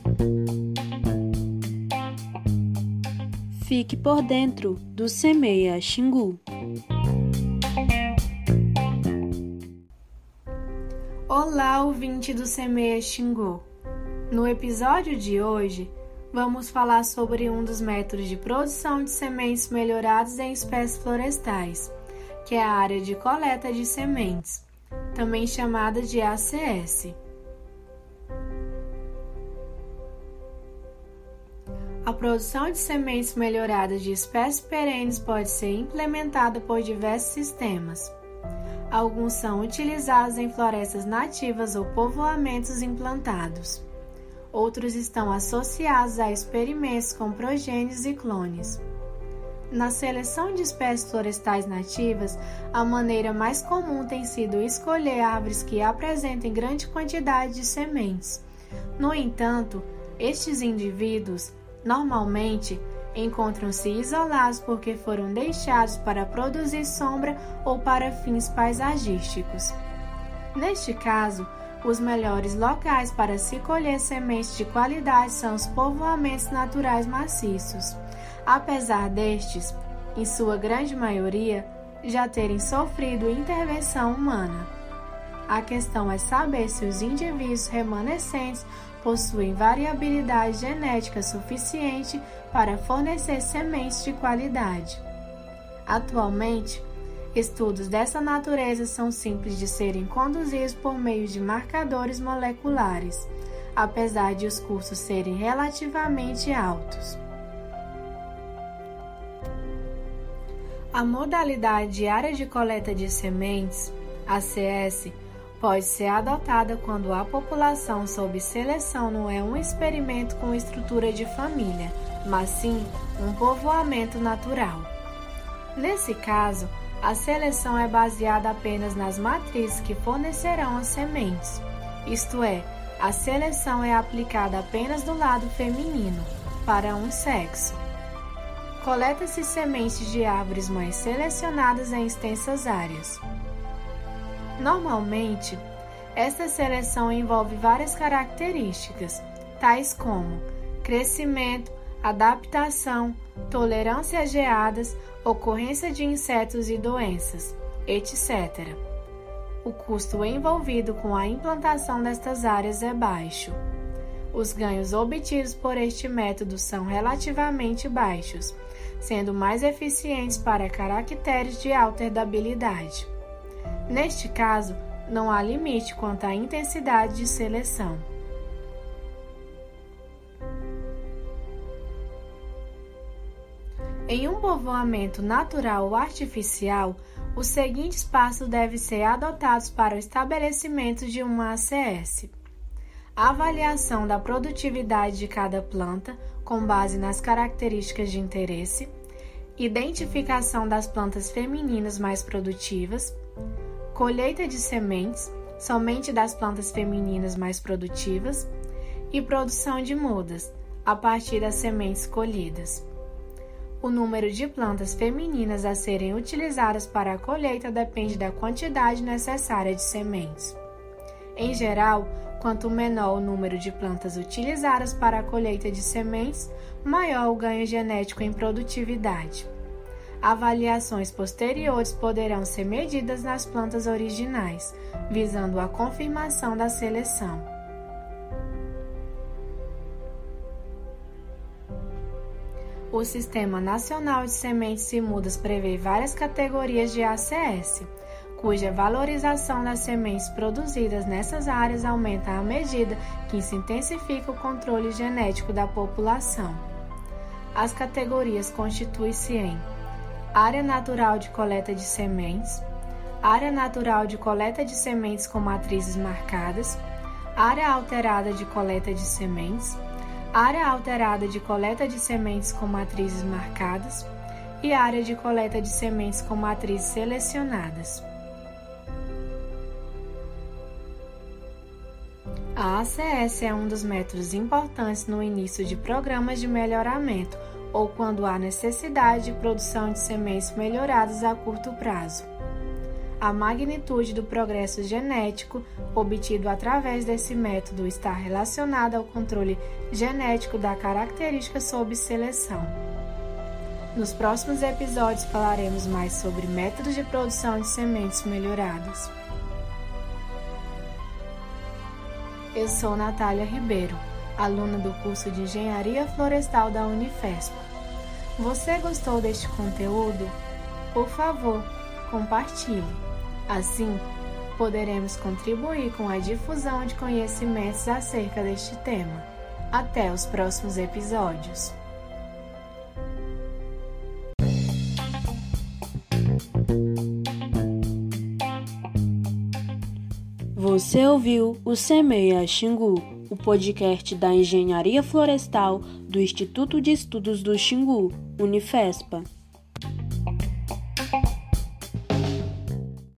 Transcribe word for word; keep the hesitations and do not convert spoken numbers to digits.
Fique por dentro do Semeia Xingu. Olá, ouvinte do Semeia Xingu. No episódio de hoje, vamos falar sobre um dos métodos de produção de sementes melhorados em espécies florestais, que é a área de coleta de sementes, também chamada de A C S. A produção de sementes melhoradas de espécies perenes pode ser implementada por diversos sistemas. Alguns são utilizados em florestas nativas ou povoamentos implantados. Outros estão associados a experimentos com progênios e clones. Na seleção de espécies florestais nativas, a maneira mais comum tem sido escolher árvores que apresentem grande quantidade de sementes. No entanto, estes indivíduos normalmente encontram-se isolados porque foram deixados para produzir sombra ou para fins paisagísticos. Neste caso, os melhores locais para se colher sementes de qualidade são os povoamentos naturais maciços, apesar destes, em sua grande maioria, já terem sofrido intervenção humana. A questão é saber se os indivíduos remanescentes possuem variabilidade genética suficiente para fornecer sementes de qualidade. Atualmente, estudos dessa natureza são simples de serem conduzidos por meio de marcadores moleculares, apesar de os custos serem relativamente altos. A modalidade de área de coleta de sementes, A C S, pode ser adotada quando a população sob seleção não é um experimento com estrutura de família, mas sim um povoamento natural. Nesse caso, a seleção é baseada apenas nas matrizes que fornecerão as sementes, isto é, a seleção é aplicada apenas do lado feminino, para um sexo. Coleta-se sementes de árvores mães selecionadas em extensas áreas. Normalmente, esta seleção envolve várias características, tais como crescimento, adaptação, tolerância a geadas, ocorrência de insetos e doenças, etcétera. O custo envolvido com a implantação destas áreas é baixo. Os ganhos obtidos por este método são relativamente baixos, sendo mais eficientes para caracteres de alta herdabilidade. Neste caso, não há limite quanto à intensidade de seleção. Em um povoamento natural ou artificial, os seguintes passos devem ser adotados para o estabelecimento de uma A C S. A avaliação da produtividade de cada planta, com base nas características de interesse, identificação das plantas femininas mais produtivas, colheita de sementes, somente das plantas femininas mais produtivas, e produção de mudas, a partir das sementes colhidas. O número de plantas femininas a serem utilizadas para a colheita depende da quantidade necessária de sementes. Em geral, quanto menor o número de plantas utilizadas para a colheita de sementes, maior o ganho genético em produtividade. Avaliações posteriores poderão ser medidas nas plantas originais, visando a confirmação da seleção. O Sistema Nacional de Sementes e Mudas prevê várias categorias de A C S, cuja valorização das sementes produzidas nessas áreas aumenta à medida que se intensifica o controle genético da população. As categorias constituem-se em Área Natural de Coleta de Sementes, Área Natural de Coleta de Sementes com matrizes marcadas, Área Alterada de Coleta de Sementes, Área Alterada de Coleta de Sementes com matrizes marcadas e Área de Coleta de Sementes com matrizes selecionadas. A A C S é um dos métodos importantes no início de programas de melhoramento ou quando há necessidade de produção de sementes melhoradas a curto prazo. a magnitude do progresso genético obtido através desse método está relacionada ao controle genético da característica sob seleção. Nos próximos episódios falaremos mais sobre métodos de produção de sementes melhoradas. Eu sou Natália Ribeiro, aluna do curso de Engenharia Florestal da Unifesp. Você gostou deste conteúdo? Por favor, compartilhe. Assim, poderemos contribuir com a difusão de conhecimentos acerca deste tema. Até os próximos episódios. Você ouviu o Semeia Xingu, o podcast da Engenharia Florestal do Instituto de Estudos do Xingu, Unifespa.